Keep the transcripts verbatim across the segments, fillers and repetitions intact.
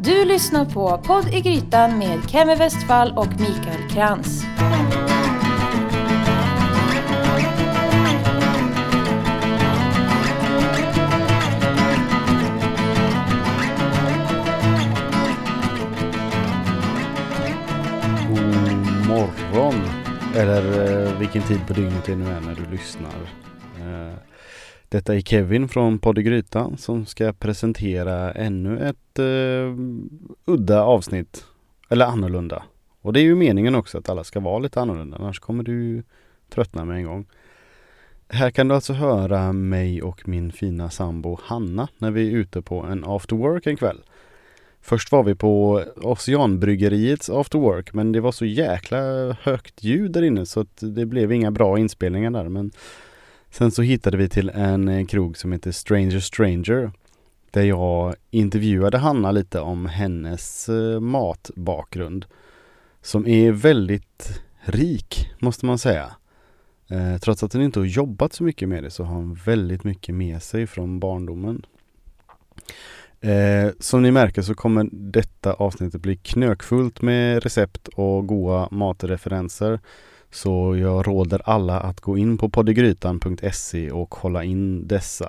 Du lyssnar på Podd i Grytan med Kemi Westfall och Mikael Krantz. God morgon, eller eh, vilken tid på dygnet det nu är när du lyssnar. Eh, detta är Kevin från Podd i Grytan som ska presentera ännu ett eh, udda avsnitt, eller annorlunda. Och det är ju meningen också att alla ska vara lite annorlunda, annars kommer du tröttna med en gång. Här kan du alltså höra mig och min fina sambo Hanna när vi är ute på en after work en kväll. Först var vi på Oceanbryggeriets after work, men det var så jäkla högt ljud där inne så att det blev inga bra inspelningar där. Men sen så hittade vi till en krog som heter Stranger Stranger, där jag intervjuade Hanna lite om hennes matbakgrund, som är väldigt rik, måste man säga. Eh, trots att hon inte har jobbat så mycket med det så har hon väldigt mycket med sig från barndomen. Eh, som ni märker så kommer detta avsnittet bli knökfullt med recept och goda matreferenser. Så jag råder alla att gå in på poddegrytan punkt se och kolla in dessa.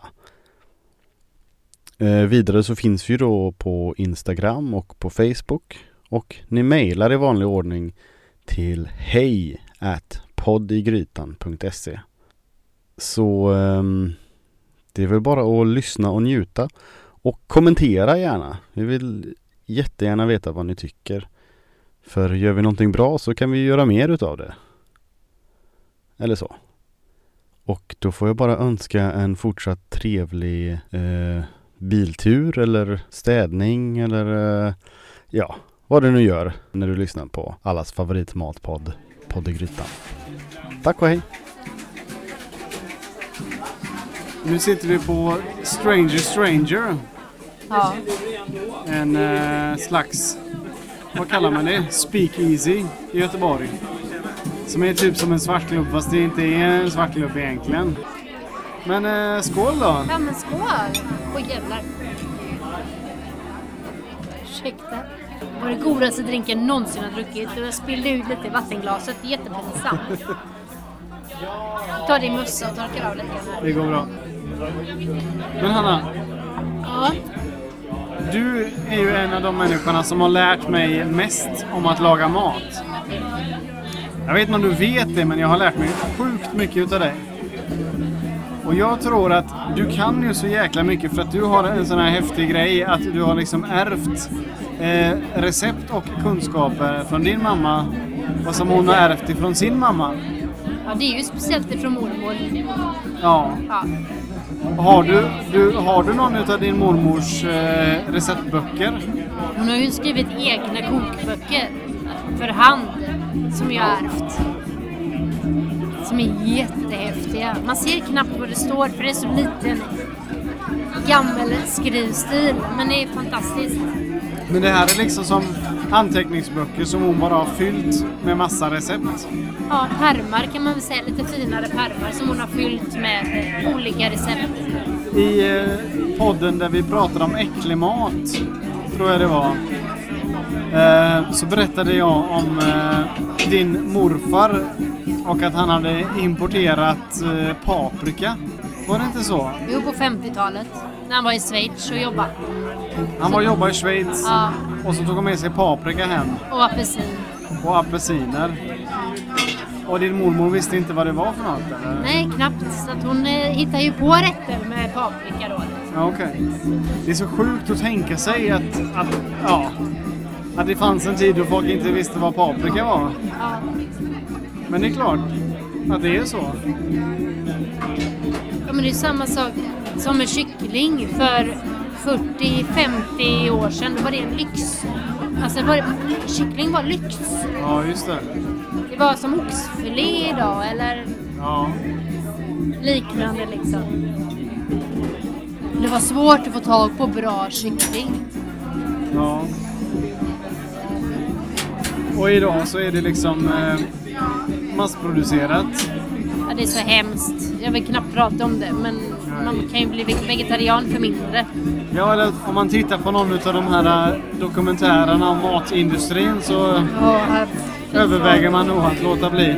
Eh, vidare så finns vi då på Instagram och på Facebook. Och ni mejlar i vanlig ordning till hej at poddegrytan punkt se. Så eh, det är väl bara att lyssna och njuta. Och kommentera gärna. Vi vill jättegärna veta vad ni tycker. För gör vi någonting bra så kan vi göra mer utav det. Eller så. Och då får jag bara önska en fortsatt trevlig eh, biltur eller städning eller eh, ja, vad du nu gör när du lyssnar på allas favoritmatpodd, Podd i Grytan. Tack och hej! Nu sitter vi på Stranger Stranger. Ja. En eh, slags, vad kallar man det? Speakeasy i Göteborg. Som är typ som en svartklubb, fast det inte är en svartklubb egentligen. Men eh, skål då! Ja men skål! Åh jävlar. Ursäkta. Det var det godaste drinken jag någonsin har druckit. Och jag spillde ut lite i vattenglaset. Jättepinsamt. Ta din mössa och torka av lite här. Det går bra. Men Hanna, Ja. du är ju en av de människorna som har lärt mig mest om att laga mat. Jag vet inte om du vet det, men jag har lärt mig sjukt mycket utav dig. Och jag tror att du kan ju så jäkla mycket för att du har en sån här häftig grej att du har liksom ärvt eh, recept och kunskaper från din mamma och som hon har ärvt ifrån sin mamma. Ja, det är ju speciellt ifrån mormor. Ja. Ja. Har du, du, har du någon utav din mormors eh, receptböcker? Hon har ju skrivit egna kokböcker för hand som jag har ärvt. Som är jättehäftiga. Man ser knappt vad det står för det är så liten gammal skrivstil. Men det är fantastiskt. Men det här är liksom som anteckningsböcker som hon bara har fyllt med massa recept. Ja, pärmar kan man väl säga. Lite finare pärmar som hon har fyllt med olika recept. I eh, podden där vi pratade om äcklig mat, tror jag det var, eh, så berättade jag om eh, din morfar och att han hade importerat eh, paprika. Var det inte så? Jo, på femtiotalet. När han var i Schweiz och jobbade. Han var och jobbade i Schweiz Ja. och så tog han med sig paprika hem Och apelsin. och apelsiner. Och din mormor visste inte vad det var för något, eller? Nej, knappt. Så att hon eh, hittar ju på rätter med paprika då. Ja, okej. Okay. Det är så sjukt att tänka sig att, att, ja, att det fanns en tid då folk inte visste vad paprika var. Ja. Men det är klart att det är så. Ja, men det är samma sak som med kyckling för fyrtio femtio år sedan. Då var det en lyx. Alltså var det, kyckling var lyx. Ja, just det. Det var som oxfilé idag eller Ja. liknande liksom. Det var svårt att få tag på bra kyckling. Ja. Och idag så är det liksom eh, massproducerat. Ja, det är så hemskt. Jag vill knappt prata om det, men Man kan ju bli vegetarian för mindre. Ja, eller om man tittar på någon av de här dokumentärerna om matindustrin så Ja, överväger man nog att låta bli.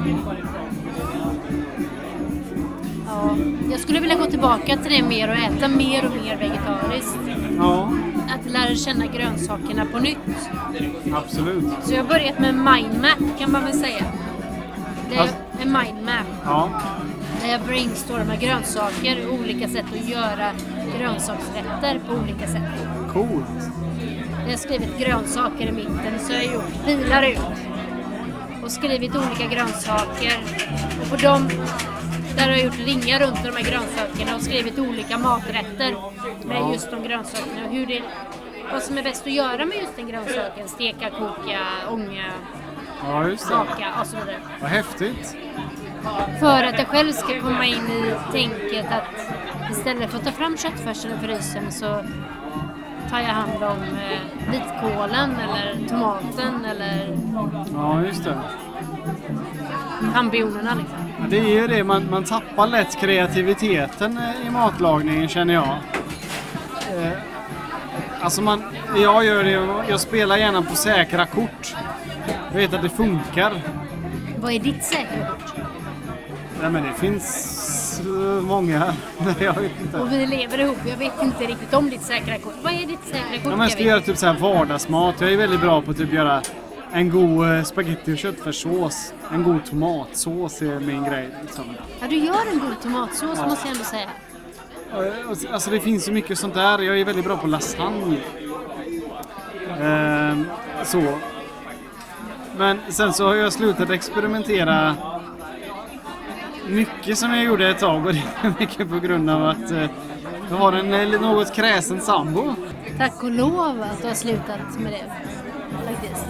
Ja, jag skulle vilja gå tillbaka till det mer och äta mer och mer vegetariskt. Ja, Att lära känna grönsakerna på nytt. absolut. Så jag har börjat med en mindmap kan man väl säga. Det är Fast- en mindmap Ja, där jag brainstormar grönsaker och olika sätt att göra grönsaksrätter på olika sätt. coolt. Jag har skrivit grönsaker i mitten så jag har gjort pilar ut. Och skrivit olika grönsaker. Och på dem där har jag gjort ringar runt de här grönsakerna och skrivit olika maträtter med just de grönsakerna. Hur det, vad som är bäst att göra med just den grönsaken. Steka, koka, ånga, Ja, just det. baka och så vidare. Vad häftigt. För att jag själv ska komma in i tänket att istället för att ta fram köttfärsen ur frysen så tar jag hand om eh, vitkålen eller tomaten eller Ja, just det. champinjonerna liksom. Ja, det är ju det, man, man tappar lätt kreativiteten eh, i matlagningen känner jag. Eh, alltså man, jag gör det, jag spelar gärna på säkra kort. Jag vet att det funkar. Vad är ditt säkra kort? Nej, men det finns eh, många. Nej, jag vet inte. Och vi lever ihop. Jag vet inte riktigt om ditt säkra kort. Vad är ditt säkra kort? Ja, men jag ska Kevin? göra typ så här vardagsmat. Jag är väldigt bra på att typ göra en god eh, spaghetti och köttfärssås. En god tomatsås är min grej. Liksom. Ja, du gör en god tomatsås måste jag ändå säga. Eh, Alltså det finns ju mycket sånt där. Jag är väldigt bra på lasagne. Ehm, så. Men sen så har jag slutat experimentera mycket som jag gjorde ett tag. Och det är mycket på grund av att eh, jag har en eh, något kräsen sambo. Tack och lov att du har slutat med det. Faktiskt.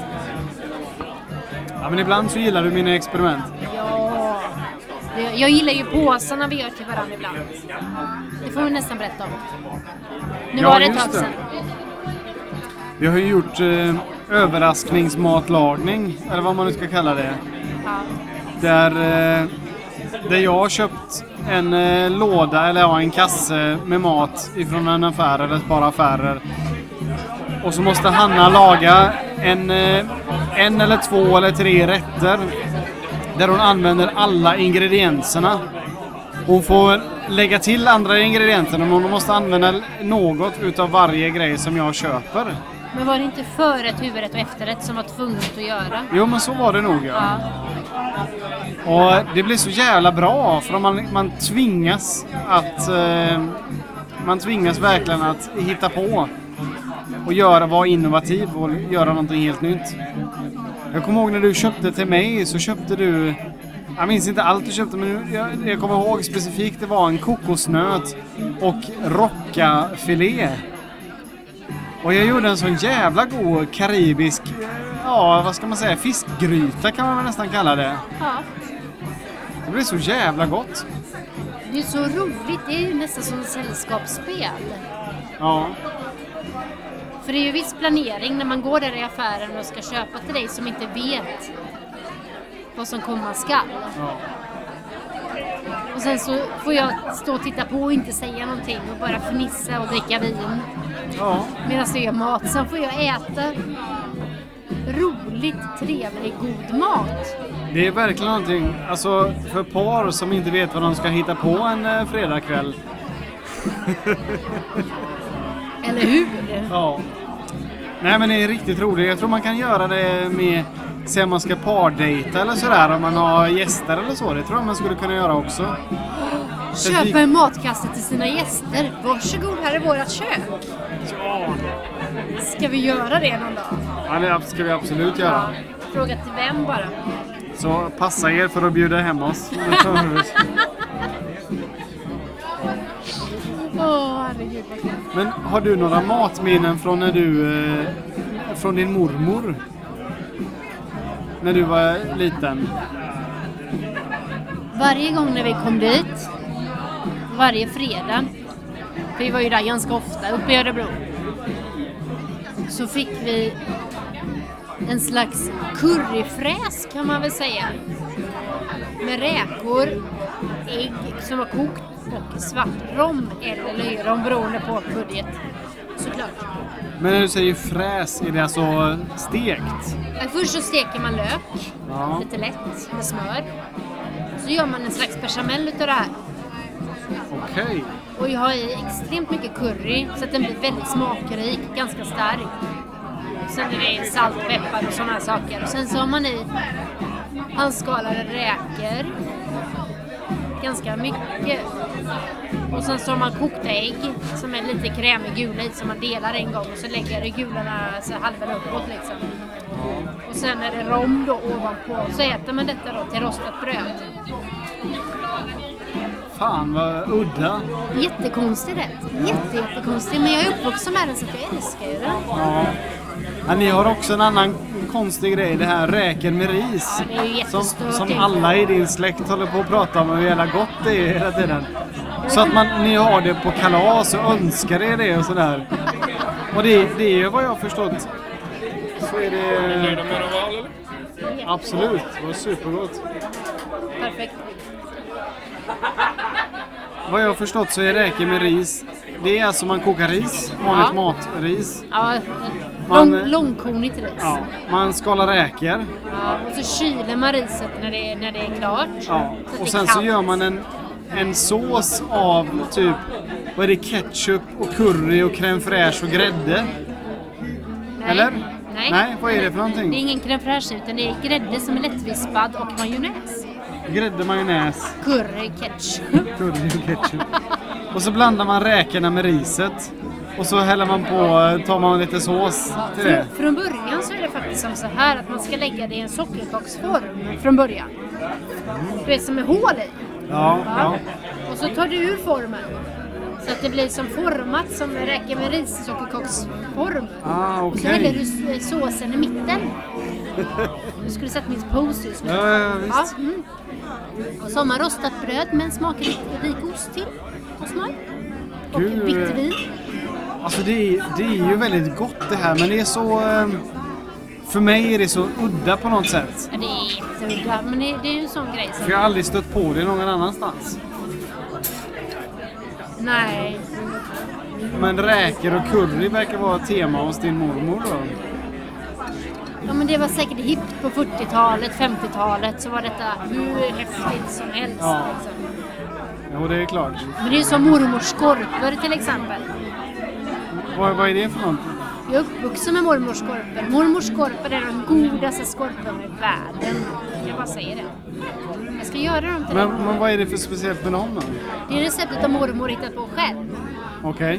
Ja, men ibland så gillar du mina experiment. Ja. Det- Jag gillar ju påsarna vi gör till varandra ibland. Det får vi nästan berätta om. Nu Ja, var det ett just tag det. sedan. Vi har ju gjort eh, överraskningsmatlagning, eller vad man nu ska kalla det. Ja. Där, eh, där jag har köpt en eh, låda, eller ja, en kasse med mat ifrån en affär eller ett par affärer. Och så måste Hanna laga en, eh, en eller två eller tre rätter. Där hon använder alla ingredienserna. Hon får lägga till andra ingredienser, men hon måste använda något utav varje grej som jag köper. Men var det inte förrätt, huvudrätt och efterrätt som var tvunget att göra? Jo, men så var det nog, ja. Ja. Och det blir så jävla bra, för man, man tvingas att eh, man tvingas verkligen att hitta på och göra, vara innovativ och göra någonting helt nytt. Jag kommer ihåg när du köpte till mig, så köpte du, jag minns inte allt du köpte, men jag, jag kommer ihåg specifikt, det var en kokosnöt och rockafilé. Och jag gjorde en sån jävla god karibisk, ja vad ska man säga, fiskgryta kan man väl nästan kalla det. Ja. Det blev så jävla gott. Det är så roligt, det är ju nästan som ett sällskapsspel. Ja, För det är ju viss planering när man går där i affären och ska köpa till dig som inte vet vad som komma skall. ja. Och sen så får jag stå och titta på och inte säga någonting och bara fnissa och dricka vin ja. medan jag gör mat. Sen får jag äta roligt, trevlig, god mat. Det är verkligen någonting, alltså för par som inte vet vad de ska hitta på en eh, fredagkväll. Eller hur? Ja. Nej, men det är riktigt roligt. Jag tror man kan göra det med, se om man ska pardejta eller sådär, om man har gäster eller så. Det tror jag man skulle kunna göra också. Köpa en matkasse till sina gäster. Varsågod, här är vårat kök. Ja, Ska vi göra det någon dag? ja det ska vi absolut göra. Fråga till vem bara. Så passa er för att bjuda hem oss. Åh, oh, herregud. vad kul. Men har du några matminnen från när du, eh, från din mormor? När du var liten? Varje gång när vi kom dit, varje fredag, för vi var ju där ganska ofta uppe i Örebro, så fick vi en slags curryfräs kan man väl säga. Med räkor, ägg som var kokt och svart rom eller löjrom beroende på budget. Såklart. Men när du säger fräs, är det alltså stekt? Först så steker man lök, Ja. lite lätt med smör. Så gör man en slags bechamel utav det här. Okej. Och jag har i extremt mycket curry så att den blir väldigt smakrik, ganska stark. Sen är det salt, peppar och sådana här saker. Och sen så har man i handskalade räkor. Ganska mycket. Och sen så har man kokta ägg som är lite krämig gula i som man delar en gång. Och så lägger det gulorna så halven uppåt liksom. Och sen är det rom då ovanpå. Så äter man detta då till rostat bröd. Fan vad udda. Jättekonstig rätt. Jätte, jättekonstig. Men jag är uppvuxen med den så jag älskar ju den. Ja. Ja, ni har också en annan konstig grej, det här räker med ris. Ja, det är ju som, jättestört. som alla i din släkt håller på att prata om och hur jävla gott det är hela tiden. Så att man, ni har det på kalas och önskar er det och sådär. Och det, det är ju vad jag har förstått. Så är det... Absolut, det var supergott. Perfekt. Vad jag har förstått så är räker med ris. Det är alltså man kokar ris, vanligt Ja. matris. Ja, Man- lång, långkornigt ris. Ja, man skalar räkor. Ja, och så kyler man riset när det, är- när det är klart. Ja. Så att Och det sen är så kallt. gör man en, en sås av typ, vad är det, ketchup och curry och crème fraîche och grädde. Nej. Eller? Nej. Nej, vad är det för någonting? Det är ingen crème fraîche utan det är grädde som är lättvispad och majonnäs. Grädde, majonnäs, Curry, ketchup. curry och ketchup. Och så blandar man räkorna med riset. Och så häller man på, tar man lite sås till det. Från, från början så är det faktiskt som så här att man ska lägga det i en sockerkaksform från början. Det är som är hål i. Ja, ja. Och så tar du ur formen. Så att det blir som format som räcker med rissockerkaksform. Ah, Och så häller okej. du s- såsen i mitten. Du skulle sett min pose just nu. Ja, ja, Ja, visst. mm. Och så har man rostat bröd med en smakrik rik ost till. Och smör. Och Gud. bitter vin. Alltså det är, det är ju väldigt gott det här, men det är så... eh, För mig är det så udda på något sätt. Ja, det är jätteudda, men det, det är ju en sån grej. Som, För jag har aldrig stött på det någon annanstans. nej. Men räkor och curry verkar vara ett tema hos din mormor då. Ja, men det var säkert hippt på fyrtiotalet, femtiotalet. Så var detta hur häftigt som helst. Ja. Liksom. Jo, det är klart. Men det är ju som mormors skorpor till exempel. Vad, vad är det för någonting? Jag är uppvuxen med mormors skorpor. Mormors skorpor är de godaste skorporna i världen. Jag bara säger det. Jag ska göra dem till Men, dig. men vad är det för speciellt med dem då? Det är receptet som mormor hittat på själv. Okej.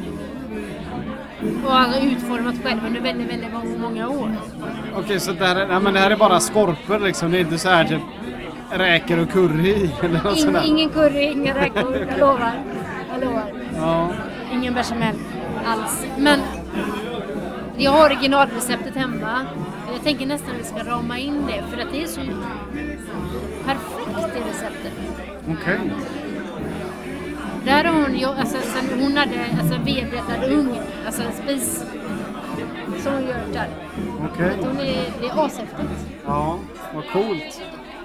Och alltså utformat själv under väldigt, väldigt många, många år. Okej, så det här, är, nej, men det här är bara skorpor liksom. Det är inte så här typ räkor och curry eller något sånt In, där. ingen curry, inga räkor. Jag lovar. Jag lovar. Ja. Ingen bechamel alls. Men jag har originalreceptet hemma. Jag tänker nästan att vi ska rama in det. För att det är så perfekt det receptet. Okej. Där har hon, ju- alltså, sen hon hade alltså, vedbrättad ugn, alltså en spis. Som hon gör där. Okej. Hon är, det är ashäftigt. Ja, vad coolt.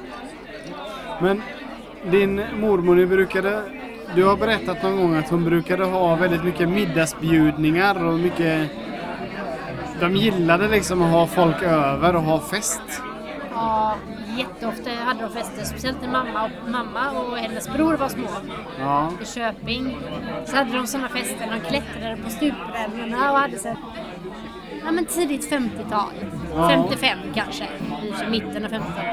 Men din mormor, ni brukade... Du har berättat någon gång att hon brukade ha väldigt mycket middagsbjudningar och mycket... De gillade liksom att ha folk över och ha fest. Ja, jätteofta hade de fester, speciellt när mamma och, mamma och hennes bror var små. Ja. I Köping. Så hade de sådana fester, de klättrade på stuprännorna och hade så ja, men tidigt femtiotal. Ja. femtiofem kanske, i mitten av femtiotalet.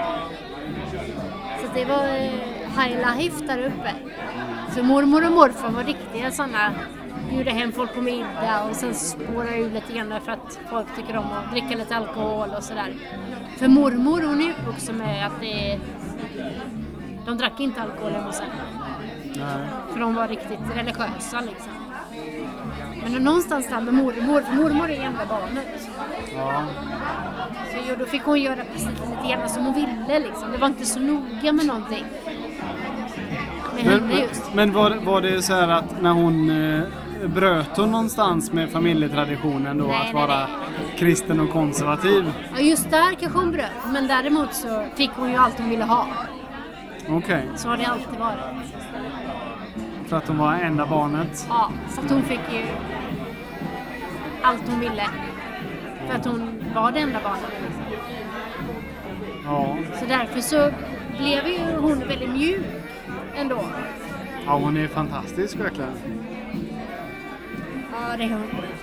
Så det var eh, high life där uppe. Så mormor och morfar var riktiga sådana, bjuda hem folk på middag och sen spåra ur lite grann för att folk tycker om att dricka lite alkohol och sådär. För mormor, hon är uppvuxen med att det, de drack inte alkohol hemma sig. Nej. För de var riktigt religiösa liksom. Men någonstans där med mormor, för mormor är enda barnet. Ja. Så jo, då fick hon göra precis lite grann som hon ville liksom. Det var inte så noga med någonting. Med Men, henne men, just. men var, var det så här att när hon eh, bröt hon någonstans med familjetraditionen då Nej, att nej, vara nej. kristen och konservativ? Ja, just där kanske hon bröt. Men däremot så fick hon ju allt hon ville ha. Okej. Så har det alltid varit. För att hon var enda barnet. Ja, så att hon fick ju allt hon ville. För att hon var det enda barnet. Ja. Så därför så blev ju hon väldigt mjuk ändå. Ja, hon är fantastisk verkligen. Ja, det är hon.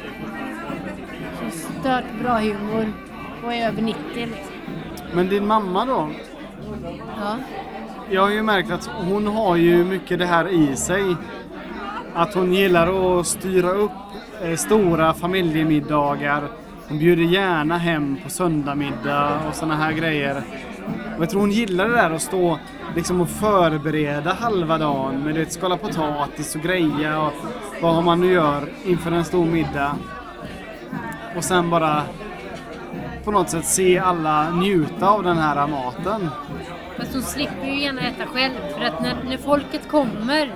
Så stört bra humor. Och är över nittio liksom. Men din mamma då? Ja. Jag har ju märkt att hon har ju mycket det här i sig. Att hon gillar att styra upp eh, stora familjemiddagar. Hon bjuder gärna hem på söndagmiddag och såna här grejer. Och jag tror hon gillar det där att stå liksom och förbereda halva dagen med det, skala potatis och greja och vad man nu gör inför en stor middag. Och sen bara på något sätt se alla njuta av den här maten. Fast hon slipper ju gärna äta själv. För att när, när folket kommer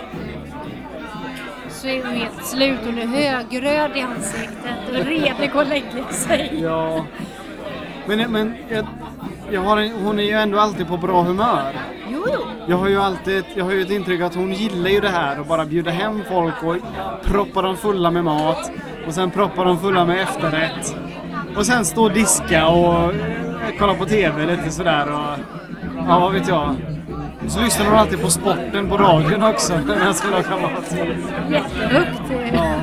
så är hon helt slut. Hon är högröd i ansiktet och redo att lägga sig. Ja. Men, men jag, jag har en, hon är ju ändå alltid på bra humör. Jo, jo. Jag har ju alltid jag har ju ett intryck att hon gillar ju det här och bara bjuda hem folk och proppar dem fulla med mat. Och sen proppar dem fulla med efterrätt. Och sen stå och diska och kolla på tv lite sådär och ja, vad vet jag. Så lyssnar hon alltid på sporten på radion också när jag ska laga mat. Jättehögt. Ja.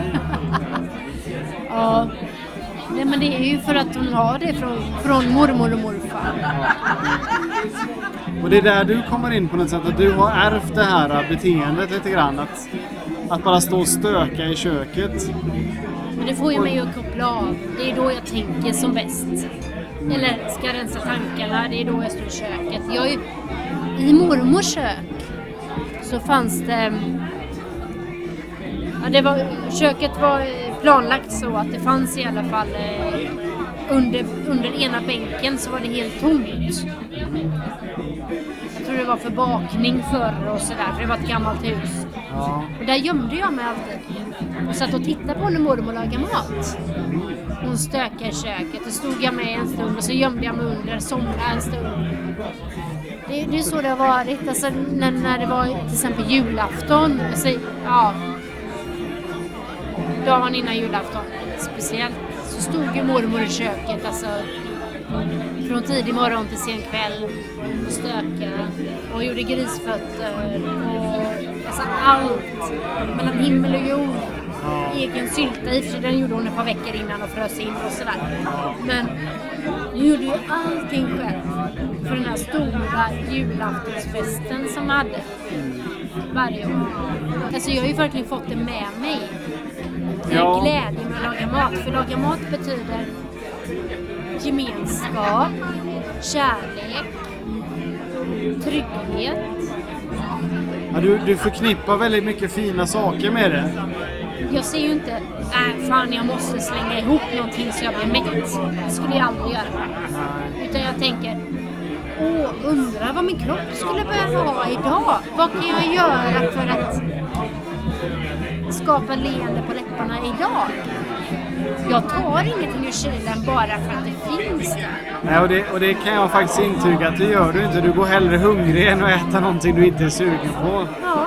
Ja. Nej, men det är ju för att hon har det från, från mormor och morfar. Och det är där du kommer in på något sätt, att du har ärvt det här beteendet lite grann. Att, att bara stå och stöka i köket. Men det får ju mig att koppla av. Det är då jag tänker som bäst. Eller ska jag rensa tankarna, det är då jag står i köket. Jag är ju, i mormors kök så fanns det... Ja, det var, köket var planlagt så att det fanns i alla fall eh, under, under ena bänken så var det helt tomt. Jag tror det var för bakning förr och sådär, för det var ett gammalt hus. Ja. Och där gömde jag mig alltid. Och satt och tittade på när mormor lagade mat. Hon stökade i köket och stod jag med en stund och så gömde jag mig under, somnade en stund. Det, det är så det har varit. Alltså, när, när det var till exempel julafton. Så, ja, dagen innan julafton speciellt. Så stod ju mormor i köket. Alltså, från tidig morgon till sen kväll. Och stökade. Och gjorde grisfötter. Och alltså, allt. Mellan himmel och jord. Egen sylta i, för den gjorde hon ett par veckor innan och frös in och sådär. Men nu gjorde ju allting själv för den här stora julaftonsfesten som jag hade varje år. Alltså jag har ju verkligen fått det med mig. Ja. Glädje med att laga mat. För laga mat betyder gemenskap, kärlek, trygghet. Ja, du, du förknippar väldigt mycket fina saker med det. Jag ser ju inte, äh, fan jag måste slänga ihop någonting så jag blir mätt. Det skulle jag aldrig göra. Utan jag tänker, åh, undrar vad min kropp skulle behöva ha idag. Vad kan jag göra för att skapa leende på läpparna idag? Jag tar ingenting ur kylen bara för att det finns där. Nej, och, det, och det kan jag faktiskt intyga att det gör du inte. Du går hellre hungrig än att äta någonting du inte är sugen på. Ja.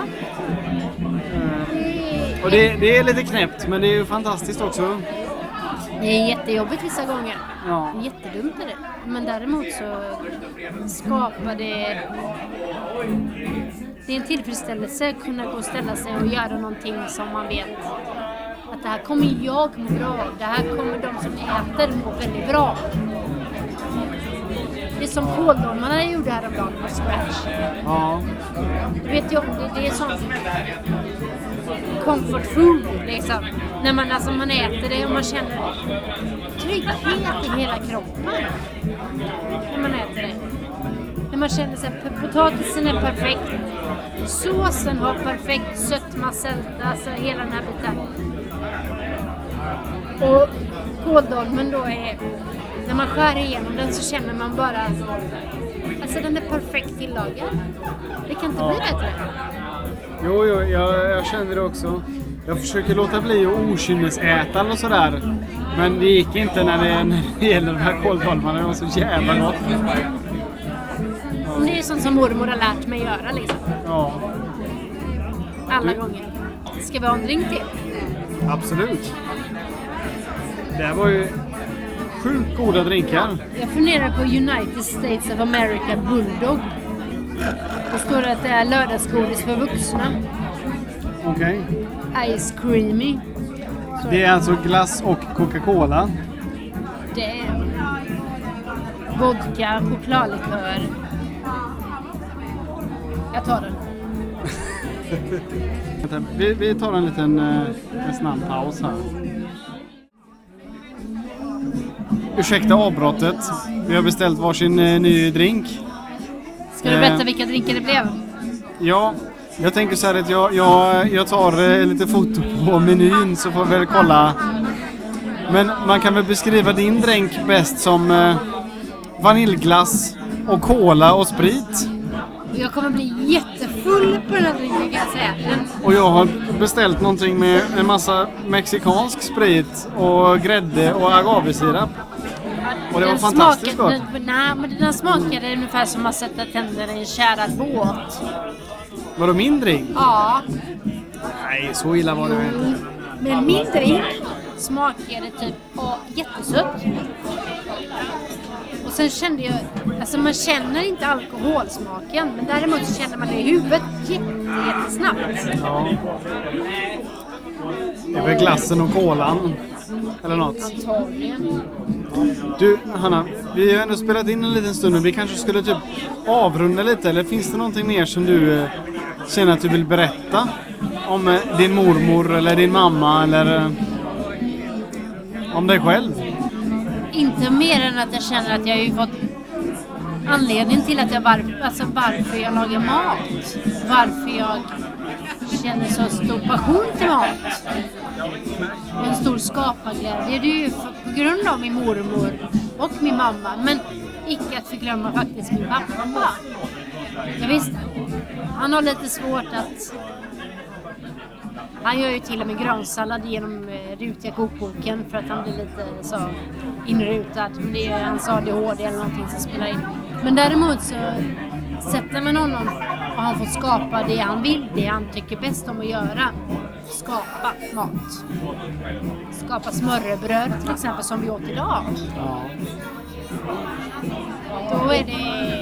Och det, det är lite knäppt, men det är ju fantastiskt också. Det är jättejobbigt vissa gånger. Ja. Det är jättedumt är det. Men däremot så skapar det... Det är en tillfredsställelse att kunna gå och ställa sig och göra någonting som man vet att det här kommer jag må bra av. Det här kommer de som äter må väldigt bra. Det är som kåldolmarna jag gjorde häromdagen på Scratch. Ja. Du vet ju om det, det är sånt comfort food liksom. När man, alltså, man äter det och man känner trygghet i hela kroppen. När man äter det. När man känner sig potatisen är perfekt. Såsen har perfekt sötma, sälta, alltså hela den här biten. Och kåldolmen då är, när man skär igenom den så känner man bara, alltså den är perfekt tillagad. Det kan inte bli bättre. Jo, jo jag, jag känner det också. Jag försöker låta bli att okynnesäta och sådär. Men det gick inte när det, när det gäller de här kåldolmarna. Det var så jävla gott. Det är sånt som mormor har lärt mig göra liksom. Ja. Alla Du- gånger. Ska vi ha en drink till? Absolut. Det här var ju sjukt goda drinkar. Jag funderar på United States of America Bulldog. Det står att det är lördagsgodis för vuxna. Okej. Ice creamy. Så Det är alltså glass och Coca-Cola. det är vodka, chokladlikör. Jag tar den. Vänta, Vi, vi tar en liten eh, en snabb paus här. Ursäkta avbrottet. Vi har beställt varsin eh, ny drink. Ska du Eh. berätta vilka drinkar det blev? Ja, jag tänker så här att jag, jag, jag tar eh, lite foto på menyn så får vi väl kolla. Men man kan väl beskriva din drink bäst som eh, vaniljglass och cola och sprit. Och jag kommer bli jättefull på den här drinken kan jag säga. Den, Och jag har beställt någonting med en massa mexikansk sprit och grädde och agavesirap. Och det var den fantastiskt smakade, gott. Den, nej, men den smakade ungefär som att sätta tänderna i en kärad båt. Var det min drink? Ja, Nej, så illa var det inte. men min drink smakade typ åh, jättesött. Och sen kände jag, alltså man känner inte alkoholsmaken, men däremot så känner man det i huvudet jätte, jättesnabbt. Ja. Det är väl glassen och kolan. Eller något. Antagligen. Du, Hanna, vi har ändå spelat in en liten stund. Vi kanske skulle typ avrunda lite. Eller finns det någonting mer som du eh, känner att du vill berätta? Om eh, din mormor eller din mamma eller eh, om dig själv? Inte mer än att jag känner att jag har ju fått anledning till att jag var, alltså varför jag lagar mat. Varför jag känner så stor passion till mat. Och en stor skaparglädje. Det är ju för, på grund av min mormor och min mamma. Men icke att förglömma faktiskt min pappa. Jag visst, han har lite svårt att... Han gör ju till och med grönsallad genom eh, rutiga kokboken för att han blir lite så inrutad. Men det är hans A D H D eller någonting som spelar in. Men däremot så sätter man honom och han får skapa det han vill, det han tycker bäst om att göra. Skapa mat. Skapa smörrebröd till exempel som vi åt idag. Ja. Då är det...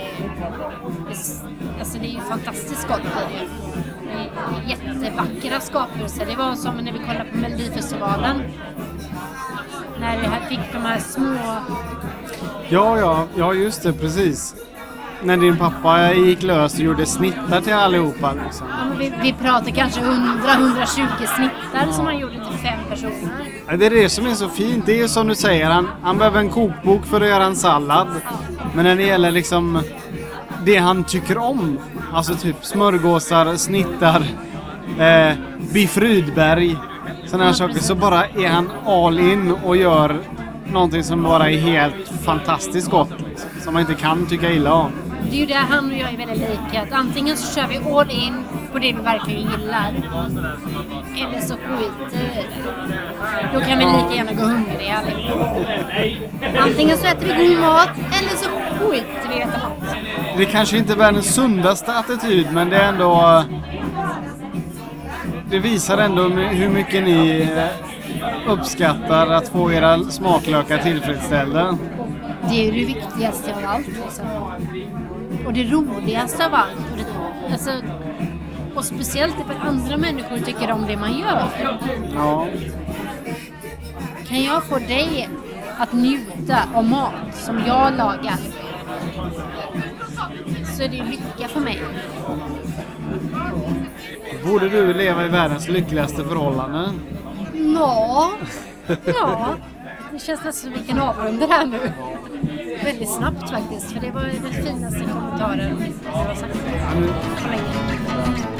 Alltså det är ju fantastiskt gott. Det är jättevackra skapelser. Det var som när vi kollade på Melodifestivalen. När vi fick de här små... Ja, ja, ja, just det, precis. När din pappa gick lös och gjorde snittar till allihopa. Liksom. Ja, men vi, vi pratar kanske hundra till hundratjugo snittar som han gjorde till fem personer. Ja, det är det som är så fint. Det är ju som du säger, han, han behöver en kokbok för att göra en sallad. Men när det gäller liksom det han tycker om, alltså typ smörgåsar, snittar, eh, Biff Rydberg, sådana här saker, så bara är han all in och gör någonting som bara är helt fantastiskt gott, som man inte kan tycka illa om. Det är ju det han och jag är väldigt lika. Att antingen så kör vi all in på det vi verkligen gillar. Eller så skiter vi i det. Då kan vi lika gärna gå hungriga allihopa. Antingen så äter vi god mat eller så skiter vi i att äta mat. Det kanske inte är världens sundaste attityd, men det är ändå... Det visar ändå hur mycket ni uppskattar att få era smaklökar tillfredsställda. Det är ju det viktigaste av allt. Liksom. Och det roligaste av allt. Och, det, alltså, och speciellt för andra människor tycker om det man gör. Ja. Kan jag få dig att njuta av mat som jag lagar, så är det lycka för mig. Borde du leva i världens lyckligaste förhållanden? Ja, ja. Det känns nästan som vi kan avrunda det här nu. Väldigt snabbt faktiskt, för det var den finaste kommentaren jag har sagt på länge.